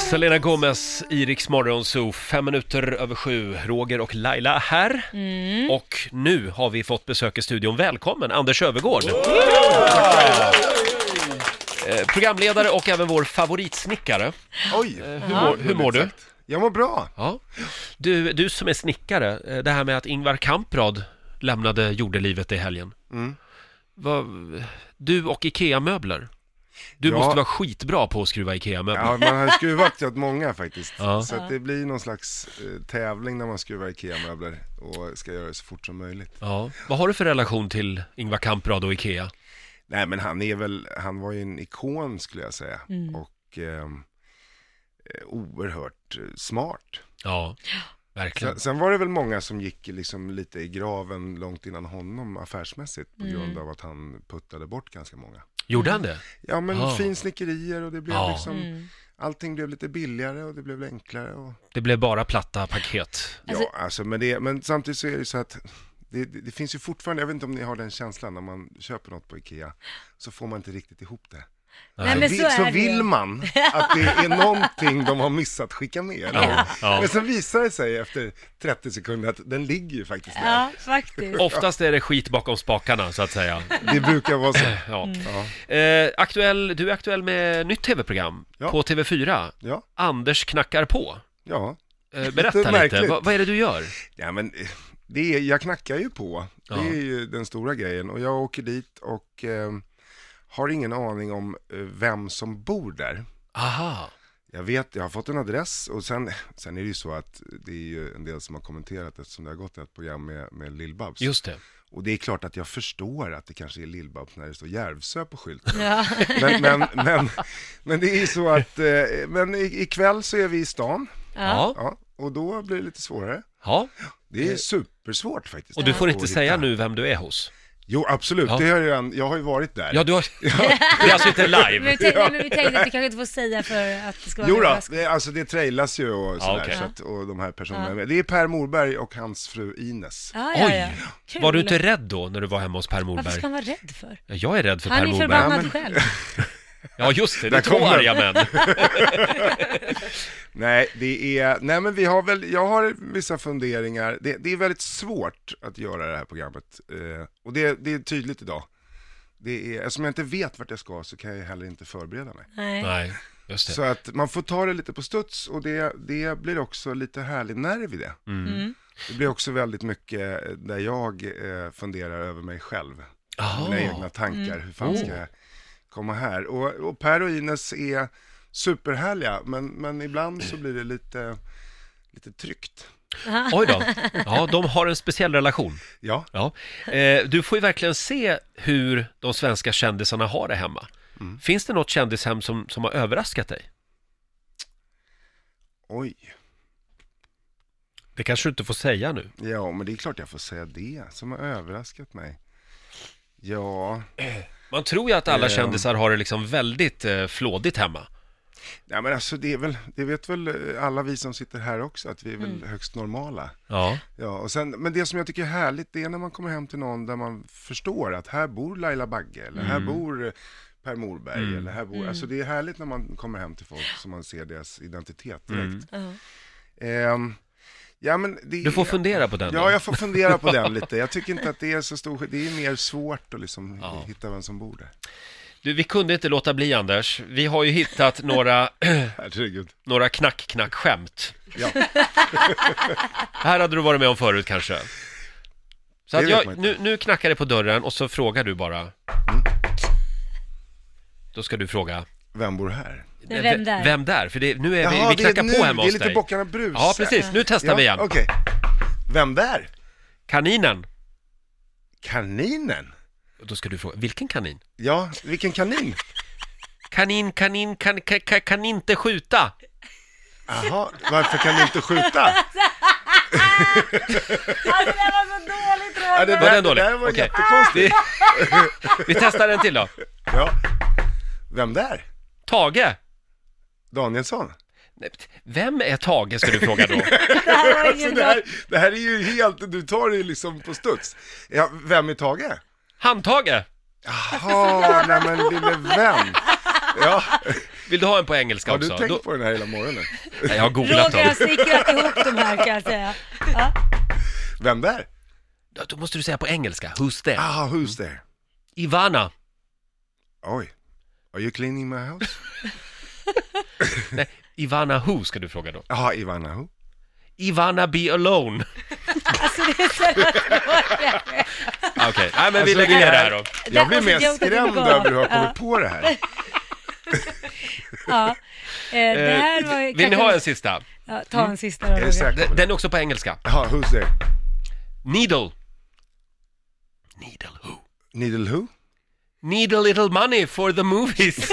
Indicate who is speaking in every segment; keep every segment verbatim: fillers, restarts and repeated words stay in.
Speaker 1: Selena Gomez, Iriks Morgonzoo, fem minuter över sju. Roger och Laila här. Mm. Och nu har vi fått besök i studion. Välkommen, Anders Övergård. Eh, programledare och även vår favoritsnickare.
Speaker 2: Oj,
Speaker 1: eh, hur, mår, hur mår du?
Speaker 2: Jag mår bra.
Speaker 1: Ja. Du, du som är snickare, det här med att Ingvar Kamprad lämnade jordelivet i helgen. Mm. Vad, du och Ikea-möbler. Du ja. måste vara skitbra på att skruva Ikea-möbler.
Speaker 2: Ja, man har skruvat åt många faktiskt. Ja. Så att det blir någon slags eh, tävling när man skruvar Ikea-möbler och ska göra det så fort som möjligt.
Speaker 1: Ja. Vad har du för relation till Ingvar Kamprad och Ikea?
Speaker 2: Nej, men han är väl, han var ju en ikon skulle jag säga. Mm. Och eh, oerhört smart.
Speaker 1: Ja, verkligen.
Speaker 2: Sen, sen var det väl många som gick liksom lite i graven långt innan honom affärsmässigt på mm. grund av att han puttade bort ganska många.
Speaker 1: Gjorde han det?
Speaker 2: Ja, men ah. fin snickerier och det blev
Speaker 1: ah.
Speaker 2: liksom
Speaker 3: mm.
Speaker 2: allting blev lite billigare och det blev enklare och...
Speaker 1: Det blev bara platta paket.
Speaker 2: Ja, alltså men, det, men samtidigt så är det så att det, det, det finns ju fortfarande, jag vet inte om ni har den känslan när man köper något på Ikea så får man inte riktigt ihop det.
Speaker 3: Nej, men så,
Speaker 2: så, så
Speaker 3: är
Speaker 2: vill
Speaker 3: det.
Speaker 2: man att det är någonting de har missat skicka med.
Speaker 1: Ja, ja.
Speaker 2: Men sen visar det sig efter trettio sekunder att den ligger ju faktiskt där.
Speaker 3: Ja, faktiskt.
Speaker 1: Oftast är det skit bakom spakarna så att säga.
Speaker 2: Det brukar vara så.
Speaker 1: Ja.
Speaker 3: Mm.
Speaker 1: Ja. Eh, aktuell, du är aktuell med nytt tv-program ja. på T V fyra.
Speaker 2: Ja.
Speaker 1: Anders knackar på.
Speaker 2: Ja.
Speaker 1: Eh, berätta lite, lite. Va, vad är det du gör?
Speaker 2: Ja, men det är, jag knackar ju på. Det ja. är ju den stora grejen. Och jag åker dit och... Eh, har ingen aning om vem som bor där.
Speaker 1: Aha.
Speaker 2: Jag vet, jag har fått en adress och sen, sen är det ju så att det är ju en del som har kommenterat eftersom det har gått ett program med, med Lill-Babs.
Speaker 1: Just det.
Speaker 2: Och det är klart att jag förstår att det kanske är Lill-Babs när det står Järvsö på skylten.
Speaker 3: Ja.
Speaker 2: Men, men, men, men det är ju så att men ikväll så är vi i stan.
Speaker 1: Ja.
Speaker 2: Ja, och då blir det lite svårare.
Speaker 1: Ja.
Speaker 2: Det är supersvårt faktiskt.
Speaker 1: Och du får inte säga nu vem du är hos.
Speaker 2: Jo, absolut. Ja. Det har jag, jag har ju varit där.
Speaker 1: Ja, du har... ja. Det är alltså inte live.
Speaker 3: Men vi tänkte, ja. men vi tänkte att vi kanske inte får säga för att det ska vara...
Speaker 2: Jo då, det, alltså det trailas ju och sådär.
Speaker 1: Ja, okay.
Speaker 2: Så att, och de här personerna. Ja. Det är Per Morberg och hans fru Ines.
Speaker 3: Ja, ja, ja.
Speaker 1: Oj, var du inte rädd då när du var hemma hos Per Morberg?
Speaker 3: Varför ska man vara rädd för?
Speaker 1: Jag är rädd för
Speaker 3: Han
Speaker 1: Per Morberg.
Speaker 3: Han är förbannad själv.
Speaker 1: Ja, just det. Det är två arga män.
Speaker 2: Nej, det är... Nej, men vi har väl... Jag har vissa funderingar. Det, det är väldigt svårt att göra det här programmet. Eh, och det, det är tydligt idag. Det är, eftersom jag inte vet vart jag ska så kan jag heller inte förbereda mig.
Speaker 3: Nej.
Speaker 1: Nej, just det.
Speaker 2: Så att man får ta det lite på studs. Och det, det blir också lite härlig nerv i det.
Speaker 1: Mm.
Speaker 3: Mm.
Speaker 2: Det blir också väldigt mycket där jag eh, funderar över mig själv.
Speaker 1: Aha.
Speaker 2: Mina egna tankar.
Speaker 3: Mm.
Speaker 2: Hur fan ska jag komma här? Och, och Per och Ines är superhärliga. Men, men ibland så blir det lite, lite tryckt.
Speaker 1: Oj då. Ja, de har en speciell relation.
Speaker 2: Ja.
Speaker 1: Ja. Eh, du får ju verkligen se hur de svenska kändisarna har det hemma. Mm. Finns det något kändishem som, som har överraskat dig?
Speaker 2: Oj.
Speaker 1: Det kanske du inte får säga nu.
Speaker 2: Ja, men det är klart jag får säga det. Som har överraskat mig. Ja.
Speaker 1: Man tror ju att alla kändisar har det liksom väldigt eh, flådigt hemma.
Speaker 2: Ja, men alltså det är väl, det vet väl alla vi som sitter här också att vi är väl
Speaker 3: Mm.
Speaker 2: högst normala.
Speaker 1: Ja.
Speaker 2: Ja, och sen, men det som jag tycker är härligt det är när man kommer hem till någon där man förstår att här bor Laila Bagge eller
Speaker 1: Mm.
Speaker 2: här bor Per Morberg
Speaker 1: Mm.
Speaker 2: eller här bor,
Speaker 3: Mm.
Speaker 2: alltså det är härligt när man kommer hem till folk som man ser deras identitet direkt.
Speaker 1: Mm.
Speaker 3: Uh-huh.
Speaker 2: Um, ja, men det,
Speaker 1: Du får fundera på den då.
Speaker 2: Ja, jag får fundera på den lite. Jag tycker inte att det är så stor, det är mer svårt att liksom
Speaker 1: Ja.
Speaker 2: hitta vem som bor där.
Speaker 1: Du, vi kunde inte låta bli, Anders. Vi har ju hittat några,
Speaker 2: Herregud.
Speaker 1: några knack-knack-skämt.
Speaker 2: Ja.
Speaker 1: Här hade du varit med om förut kanske. Så
Speaker 2: Det
Speaker 1: att
Speaker 2: vet man
Speaker 1: jag,
Speaker 2: inte.
Speaker 1: nu, nu knackar det på dörren och så frågar du bara.
Speaker 2: Mm.
Speaker 1: Då ska du fråga.
Speaker 2: Vem bor här?
Speaker 3: Men vem där?
Speaker 1: Vem där? För det, nu är vi,
Speaker 2: Jaha,
Speaker 1: vi
Speaker 2: det är
Speaker 1: knackar
Speaker 2: nu,
Speaker 1: på hemma
Speaker 2: det är
Speaker 1: hos
Speaker 2: lite
Speaker 1: dig.
Speaker 2: bockarna brus.
Speaker 1: Ja, precis. Nu testar
Speaker 2: Ja,
Speaker 1: vi igen.
Speaker 2: okej. Vem där?
Speaker 1: Kaninen.
Speaker 2: Kaninen?
Speaker 1: Då ska du fråga, vilken kanin?
Speaker 2: Ja, vilken kanin?
Speaker 1: Kanin, kanin, kan, kan, kan, kan inte skjuta.
Speaker 2: Jaha, varför kan du inte skjuta?
Speaker 3: Alltså det var så dåligt, Roger.
Speaker 2: Ja, det
Speaker 1: Var
Speaker 2: där,
Speaker 1: den dålig?
Speaker 2: det där var
Speaker 1: Okej.
Speaker 2: jättekonstigt.
Speaker 1: Vi, vi testar en till då.
Speaker 2: Ja. Vem där?
Speaker 1: Tage.
Speaker 2: Danielsson?
Speaker 1: Nej, vem är Tage, ska du fråga då?
Speaker 3: Det här var
Speaker 2: Alltså,
Speaker 3: ingen
Speaker 2: det,
Speaker 3: bra...
Speaker 2: här, det här är ju helt, du tar det liksom på studs. Ja, vem är Tage?
Speaker 1: Handtage.
Speaker 2: Jaha, nej men lille vän. Ja,
Speaker 1: Vill du ha en på engelska
Speaker 2: Har
Speaker 1: också?
Speaker 2: du tänkt
Speaker 1: Då...
Speaker 2: på den här hela morgonen?
Speaker 1: Nej, jag har googlat
Speaker 3: Roger har
Speaker 1: dem.
Speaker 3: snickrat ihop de här kan jag säga. Ja.
Speaker 2: Vem där?
Speaker 1: Då måste du säga på engelska. Who's there?
Speaker 2: Ah, who's there?
Speaker 1: Ivana.
Speaker 2: Oj. Are you cleaning my house?
Speaker 1: Nej, Ivana who ska du fråga då.
Speaker 2: Jaha, Ivana who?
Speaker 1: Ivana be alone.
Speaker 3: Alltså det är så här.
Speaker 1: Okej, okay. Nej men vi
Speaker 2: Alltså,
Speaker 1: lägger
Speaker 2: det
Speaker 1: ner det
Speaker 2: här-
Speaker 1: här då.
Speaker 2: Jag blir
Speaker 3: was a
Speaker 2: mer
Speaker 3: joke that
Speaker 2: skrämd
Speaker 3: didn't go
Speaker 2: över hur du har
Speaker 3: off.
Speaker 2: kommit
Speaker 3: Ja.
Speaker 2: på det här.
Speaker 3: Ja. Eh, det här var
Speaker 1: Eh, vill ni ha en sista?
Speaker 3: Ja, ta en sista då,
Speaker 2: Är det
Speaker 3: Roger.
Speaker 2: säkert?
Speaker 1: Den, den är också på engelska.
Speaker 2: Jaha, who's there?
Speaker 1: Needle. Needle who?
Speaker 2: Needle who?
Speaker 1: Need a little money for the movies.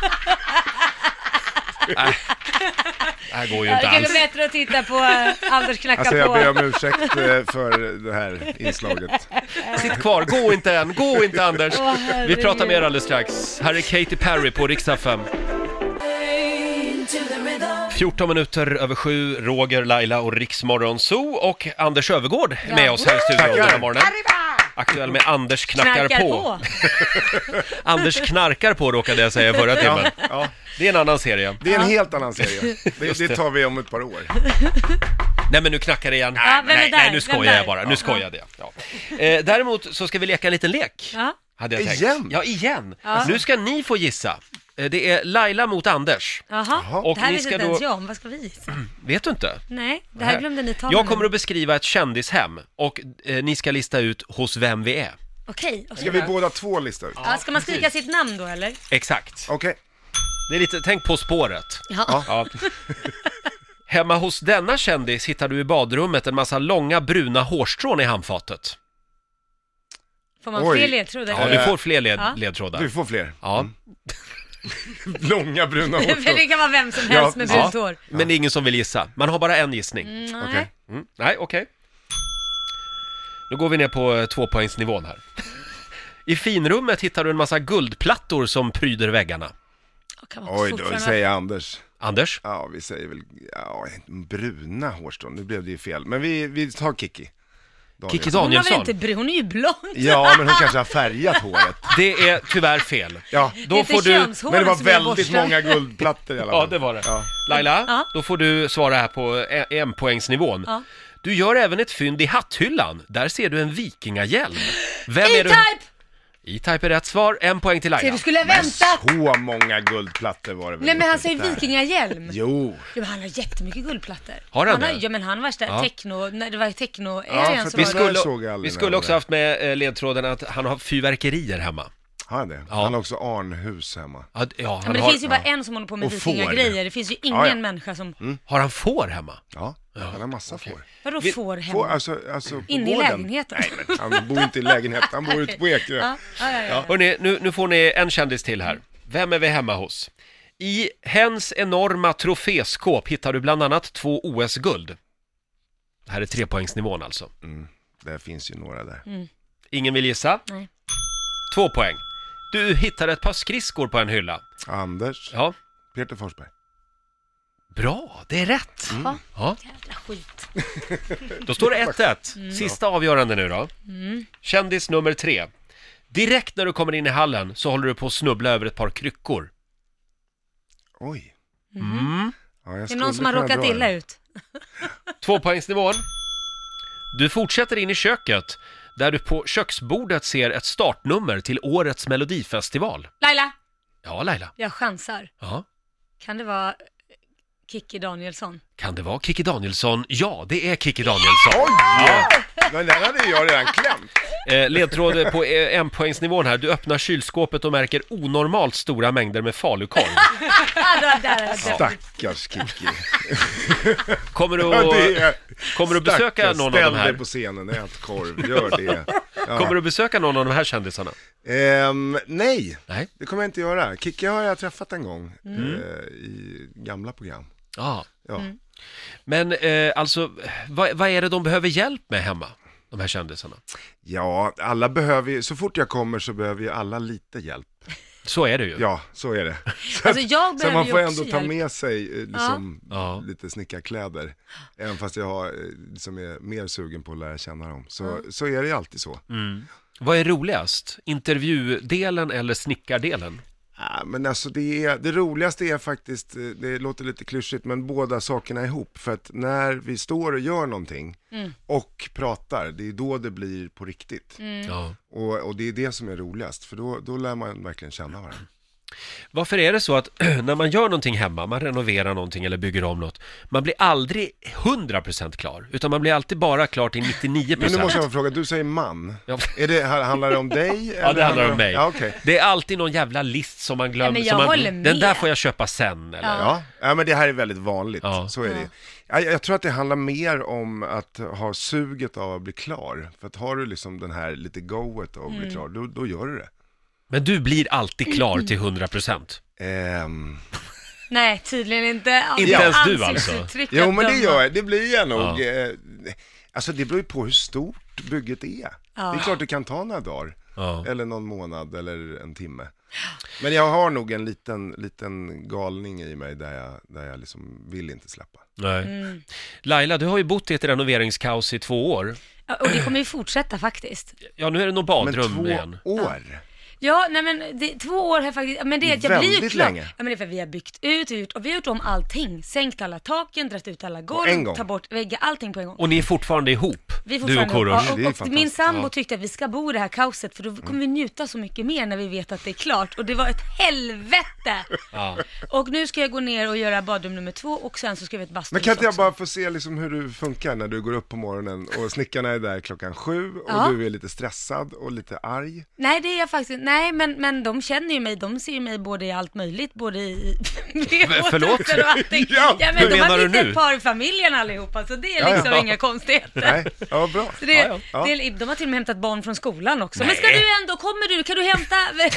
Speaker 1: Nej, det här går ju
Speaker 3: Ja,
Speaker 1: inte
Speaker 3: det kan
Speaker 1: alls.
Speaker 3: vara bättre att titta på uh, Anders knacka
Speaker 2: Alltså jag
Speaker 3: på.
Speaker 2: ber om ursäkt eh, för det här inslaget.
Speaker 1: Sitt kvar, gå inte än, gå inte Anders.
Speaker 3: Åh,
Speaker 1: Vi
Speaker 3: herregud.
Speaker 1: pratar mer alldeles strax. Här är Katy Perry på Rix F M. fjorton minuter över sju, Roger, Laila och Riksmorgon Zoo och Anders Övergård är med
Speaker 3: Ja.
Speaker 1: oss här i studion den här
Speaker 2: Tackar.
Speaker 1: morgonen. Aktuell med Anders knackar,
Speaker 3: Knarkar
Speaker 1: på.
Speaker 3: på.
Speaker 1: Anders knarkar på råkade jag säga förra timmen.
Speaker 2: Ja, ja.
Speaker 1: Det är en annan serie.
Speaker 2: Det är en helt annan serie. Det, det tar vi om ett par år.
Speaker 1: Nej men nu knackar det igen.
Speaker 3: Ja, vem är
Speaker 1: nej,
Speaker 3: där?
Speaker 1: nej, nu
Speaker 3: Vem
Speaker 1: skojar
Speaker 3: där?
Speaker 1: jag bara. Nu skojar jag. Ja. Eh, däremot så ska vi leka en liten lek.
Speaker 3: Ja.
Speaker 1: Hade jag tänkt.
Speaker 2: Igen?
Speaker 1: Ja, igen.
Speaker 3: Ja.
Speaker 1: Nu ska ni få gissa. Eh, Det är Laila mot Anders.
Speaker 3: Jaha,
Speaker 1: Och
Speaker 3: det här
Speaker 1: ni
Speaker 3: vet
Speaker 1: ska
Speaker 3: inte ens
Speaker 1: då-
Speaker 3: jag om. Vad ska vi gissa?
Speaker 1: Vet du inte?
Speaker 3: Nej, det här glömde ni ta.
Speaker 1: Jag kommer att beskriva ett kändishem och eh, ni ska lista ut hos vem vi är.
Speaker 3: Okej, okej.
Speaker 2: Ska vi båda två lista ut?
Speaker 3: Ja, ska man skrika sitt namn då eller?
Speaker 1: Exakt.
Speaker 2: Okej.
Speaker 1: Det är lite, tänk På spåret.
Speaker 3: Ja.
Speaker 1: Ja. Hemma hos denna kändis hittar du i badrummet en massa långa bruna hårstrån i handfatet.
Speaker 3: Får man
Speaker 2: Oj.
Speaker 3: fler ledtrådar?
Speaker 1: Ja, du får fler led,
Speaker 3: Ja.
Speaker 1: ledtrådar.
Speaker 2: Du får fler.
Speaker 1: Ja.
Speaker 2: Långa bruna
Speaker 3: För det
Speaker 2: hårstrån.
Speaker 3: kan vara vem som
Speaker 2: Ja,
Speaker 3: helst med
Speaker 1: ja.
Speaker 3: brunt hår.
Speaker 1: Men det är ingen som vill gissa. Man har bara en gissning.
Speaker 3: Mm, nej.
Speaker 2: Okej.
Speaker 1: Mm. Nej, okej. Nu går vi ner på eh, tvåpoängsnivån här. I finrummet hittar du en massa guldplattor som pryder väggarna.
Speaker 3: Och kan man
Speaker 2: Oj, då
Speaker 3: fortfarande-
Speaker 2: säger Anders.
Speaker 1: Anders?
Speaker 2: Ja, vi säger väl ja, bruna hårstrån. Nu blev det ju fel. Men vi, vi tar Kiki. Danielsson.
Speaker 1: Kiki
Speaker 3: Hon, har väl
Speaker 1: Danielsson.
Speaker 3: inte brun, hon är ju blond.
Speaker 2: Ja, men hon kanske har färgat håret.
Speaker 1: Det är tyvärr fel.
Speaker 2: Ja,
Speaker 3: Det är
Speaker 1: Då
Speaker 3: inte
Speaker 1: får du...
Speaker 3: könshår
Speaker 2: men det var
Speaker 3: som är
Speaker 2: väldigt
Speaker 3: borstad.
Speaker 2: många guldplattor i alla fall.
Speaker 1: Ja, det var det.
Speaker 2: Ja.
Speaker 1: Laila,
Speaker 3: Ja.
Speaker 1: då får du svara här på en, en poängsnivån.
Speaker 3: Ja.
Speaker 1: Du gör även ett fynd i hatthyllan. Där ser du en vikingahjälm. Vem är du?
Speaker 3: E-Type!
Speaker 1: E-Type är rätt svar. En poäng till
Speaker 3: Se,
Speaker 1: Laila.
Speaker 3: du skulle ha
Speaker 2: Men
Speaker 3: väntat.
Speaker 2: så många guldplattor var det väl
Speaker 3: Nej men han
Speaker 2: inte
Speaker 3: säger
Speaker 2: där.
Speaker 3: vikingahjälm.
Speaker 2: Jo.
Speaker 3: Ja, men han har jättemycket guldplattor.
Speaker 1: Har han
Speaker 3: har,
Speaker 1: det?
Speaker 3: Ja men han var där
Speaker 1: Ja.
Speaker 3: techno, när det var techno
Speaker 2: Ja, för
Speaker 3: ja,
Speaker 2: att
Speaker 3: så
Speaker 1: Vi
Speaker 3: var
Speaker 2: det-
Speaker 3: det.
Speaker 2: där
Speaker 1: skulle,
Speaker 2: såg jag aldrig
Speaker 1: vi
Speaker 2: när
Speaker 1: skulle
Speaker 2: jag
Speaker 1: också
Speaker 2: var
Speaker 1: haft med eh, ledtråden att han har fyrverkerier hemma.
Speaker 2: Har han det?
Speaker 1: Ja.
Speaker 2: Han har också Arnhus hemma.
Speaker 1: Ja, d- ja,
Speaker 3: Ja,
Speaker 1: han
Speaker 3: men det
Speaker 1: har,
Speaker 3: finns ju bara en som håller på med
Speaker 2: Och får.
Speaker 3: vikingagrejer. Det finns ju ingen
Speaker 2: Ja, ja.
Speaker 3: människa som...
Speaker 1: har han får hemma?
Speaker 2: Ja, han har massa får.
Speaker 3: Vadå
Speaker 1: Vi-
Speaker 3: får hemma?
Speaker 2: Får, alltså, alltså på
Speaker 3: Inne i
Speaker 2: gården.
Speaker 3: lägenheten?
Speaker 2: Nej, men han bor inte i lägenhet, han bor ute på Ekerö.
Speaker 3: Ja, ja, ja, ja.
Speaker 1: Hörrni, nu, nu får ni en kändis till här. Vem är vi hemma hos? I hens enorma troféskåp hittar du bland annat två O S-guld. Det här är trepoängsnivån alltså.
Speaker 2: Mm, där finns ju några där.
Speaker 1: Ingen vill gissa?
Speaker 3: Nej.
Speaker 1: Två poäng. Du hittar ett par skridskor på en hylla.
Speaker 2: Anders,
Speaker 1: Ja,
Speaker 2: Peter Forsberg.
Speaker 1: bra, det är rätt.
Speaker 3: Ja.
Speaker 1: Ja,
Speaker 3: Jävla skit.
Speaker 1: då står det ett ett. Sista avgörande nu då. Kändis nummer tre. Direkt när du kommer in i hallen så håller du på att snubbla över ett par kryckor.
Speaker 2: Oj.
Speaker 1: Mm.
Speaker 2: Ja, jag
Speaker 3: Det är
Speaker 2: skulle
Speaker 3: någon som har
Speaker 2: kunna
Speaker 3: råkat
Speaker 2: dra
Speaker 3: illa
Speaker 2: den.
Speaker 3: ut.
Speaker 1: Tvåpoängsnivån. Du fortsätter in i köket där du på köksbordet ser ett startnummer till årets melodifestival.
Speaker 3: Laila,
Speaker 1: Ja, Laila.
Speaker 3: jag chansar.
Speaker 1: Ja.
Speaker 3: Kan det vara Kiki Danielsson?
Speaker 1: Kan det vara Kiki Danielsson? Ja, det är Kiki Danielsson.
Speaker 2: Oj!
Speaker 1: Ja.
Speaker 2: Men den hade jag redan klämt.
Speaker 1: Eh, ledtråd på eh, enpoängsnivån här. Du öppnar kylskåpet och märker onormalt stora mängder med falukorv.
Speaker 3: Ah, där, där, där.
Speaker 2: Stackars Kiki.
Speaker 1: Kommer du,
Speaker 2: Ja, det är...
Speaker 1: kommer du besöka
Speaker 2: Stackars,
Speaker 1: någon av de
Speaker 2: ställ dig
Speaker 1: här?
Speaker 2: på scenen, ät korv, gör det. Ja.
Speaker 1: Kommer du besöka någon av de här kändisarna?
Speaker 2: Ehm, nej,
Speaker 1: Nej.
Speaker 2: det kommer jag inte göra. Kiki har jag träffat en gång
Speaker 1: Mm.
Speaker 2: eh, i gamla program.
Speaker 1: Ja.
Speaker 2: Ja.
Speaker 1: Men eh, alltså, vad, vad är det de behöver hjälp med hemma? De här kändisarna.
Speaker 2: ja, alla behöver ju, så fort jag kommer så behöver ju alla lite hjälp.
Speaker 1: Så är det ju.
Speaker 2: Ja, så är det. Så,
Speaker 3: Alltså, jag
Speaker 2: så
Speaker 3: behöver
Speaker 2: man
Speaker 3: ju
Speaker 2: får
Speaker 3: också
Speaker 2: ändå ta
Speaker 3: hjälp.
Speaker 2: med sig eh, liksom,
Speaker 1: Ja.
Speaker 2: lite snickarkläder. Även fast jag har, eh, liksom är mer sugen på att lära känna dem. Så, så är det ju alltid så.
Speaker 1: Vad är roligast? Intervjudelen eller snickardelen?
Speaker 2: Ja, men alltså det, är, det roligaste är faktiskt, det låter lite klyschigt, men båda sakerna ihop. För att när vi står och gör någonting mm. och pratar, det är då det blir på riktigt. Mm. Ja. Och, och det är det som är roligast, för då, då lär man verkligen känna varandra.
Speaker 1: Varför är det så att när man gör någonting hemma, man renoverar någonting eller bygger om något, man blir aldrig hundra procent klar, utan man blir alltid bara klar till nittionio procent?
Speaker 2: Men nu måste jag fråga, du säger man. Ja. Är det, handlar det om dig?
Speaker 1: Ja, det handlar om mig.
Speaker 2: Ja, okay.
Speaker 1: Det är alltid någon jävla list som man glömmer.
Speaker 3: Ja, men jag
Speaker 1: som man,
Speaker 3: håller med.
Speaker 1: Den där får jag köpa sen. Eller?
Speaker 2: Ja. Ja, men det här är väldigt vanligt. Ja. Så är
Speaker 3: ja.
Speaker 2: det. Jag, jag tror att det handlar mer om att ha suget av att bli klar. För att har du liksom den här lite goet av att bli mm. klar, då, då gör du det.
Speaker 1: Men du blir alltid klar till hundra procent.
Speaker 2: Um...
Speaker 3: Nej, tydligen inte.
Speaker 1: Inte ens du alltså.
Speaker 2: Jo, men det gör jag. Det blir jag nog. Ja. Alltså det beror ju på hur stort bygget är. Ja. Det är klart det kan ta några dagar. Ja. Eller någon månad eller en timme. Men jag har nog en liten, liten galning i mig där jag, där jag liksom vill inte släppa.
Speaker 1: Nej. Mm. Laila, du har ju bott i ett renoveringskaos i två år.
Speaker 3: Ja, och det kommer ju fortsätta faktiskt.
Speaker 1: Ja, nu är det nog badrum
Speaker 2: men två
Speaker 1: igen.
Speaker 2: år?
Speaker 3: Ja. Ja, nej men det, två år har faktiskt, men det, jag
Speaker 2: väldigt
Speaker 3: blir ju klar.
Speaker 2: Länge.
Speaker 3: Ja, men det är för att vi har byggt ut, ut och vi har gjort om allting. Sänkt alla taken, dragit ut alla golv, ta bort väggar, allting på en gång.
Speaker 1: Och ni är fortfarande ihop,
Speaker 3: vi är
Speaker 1: du och Korosh.
Speaker 3: Och, och, och min sambo ja. tyckte att vi ska bo i det här kaoset, för då kommer mm. vi njuta så mycket mer när vi vet att det är klart. Och det var ett helvete! Ja. Och nu ska jag gå ner och göra badrum nummer två och sen så ska vi ett basthus.
Speaker 2: Men kan inte jag
Speaker 3: också.
Speaker 2: bara få se liksom hur du funkar när du går upp på morgonen och snickarna är där klockan sju och
Speaker 3: ja.
Speaker 2: du är lite stressad och lite arg?
Speaker 3: Nej, det är jag faktiskt, nej men, men de känner ju mig, de ser ju mig både i allt möjligt, både i
Speaker 1: förlåt?
Speaker 3: Och allting.
Speaker 2: Ja,
Speaker 3: ja, men de har blivit
Speaker 1: nu?
Speaker 3: ett par i familjen allihopa, så det är
Speaker 2: ja,
Speaker 3: liksom
Speaker 2: ja.
Speaker 3: inga konstigheter.
Speaker 2: Nej, ja bra.
Speaker 3: Så det,
Speaker 2: ja, ja.
Speaker 3: Det, de har till och med hämtat barn från skolan också.
Speaker 1: Nej.
Speaker 3: Men ska du ändå, kommer du, kan du hämta?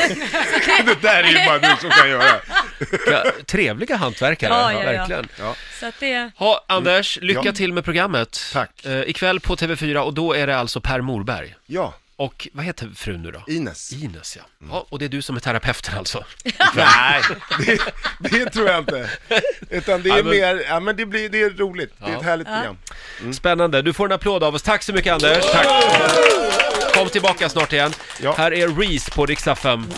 Speaker 2: Det där är ju bara du som kan göra.
Speaker 1: Ja, trevliga hantverkare,
Speaker 3: ja, ja, ja.
Speaker 1: verkligen.
Speaker 3: Ja. Så att det...
Speaker 1: Ha, Anders, lycka
Speaker 2: ja.
Speaker 1: till med programmet.
Speaker 2: Tack.
Speaker 1: Uh, ikväll på T V fyra, och då är det alltså Per Morberg.
Speaker 2: Ja.
Speaker 1: Och vad heter frun nu då?
Speaker 2: Ines.
Speaker 1: Ines, ja. Mm. Ja, och det är du som är terapeuten alltså?
Speaker 2: Nej, det, det tror jag inte. Utan det är ja, men... mer, ja men det blir, det är roligt. Ja. Det är ett härligt program.
Speaker 1: Mm. Spännande, du får en applåd av oss. Tack så mycket Anders.
Speaker 2: Tack.
Speaker 1: Kom tillbaka snart igen.
Speaker 2: Ja.
Speaker 1: Här är Reese på Rix F M.